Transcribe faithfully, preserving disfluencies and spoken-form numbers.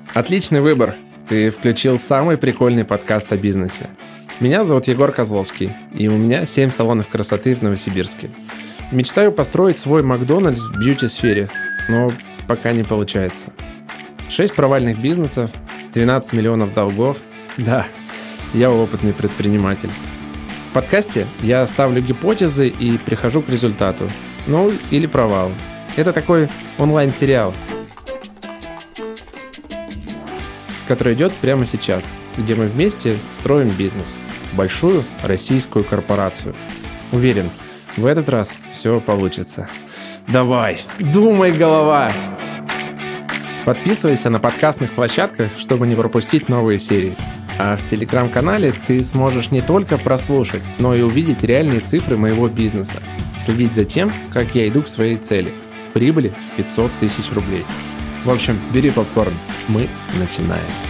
Отличный выбор. Ты включил самый прикольный подкаст о бизнесе. Меня зовут Егор Козловский, и у меня семь салонов красоты в Новосибирске. Мечтаю построить свой Макдональдс в бьюти-сфере, но пока не получается. шесть провальных бизнесов, двенадцать миллионов долгов. Да, я опытный предприниматель. В подкасте я ставлю гипотезы и прихожу к результату. Ну, или провалу. Это такой онлайн-сериал, который идет прямо сейчас, где мы вместе строим бизнес. Большую российскую корпорацию. Уверен, в этот раз все получится. Давай, думай, голова! Подписывайся на подкастных площадках, чтобы не пропустить новые серии. А в телеграм-канале ты сможешь не только прослушать, но и увидеть реальные цифры моего бизнеса. Следить за тем, как я иду к своей цели. Прибыли в пятьсот тысяч рублей. В общем, бери попкорн. Мы начинаем.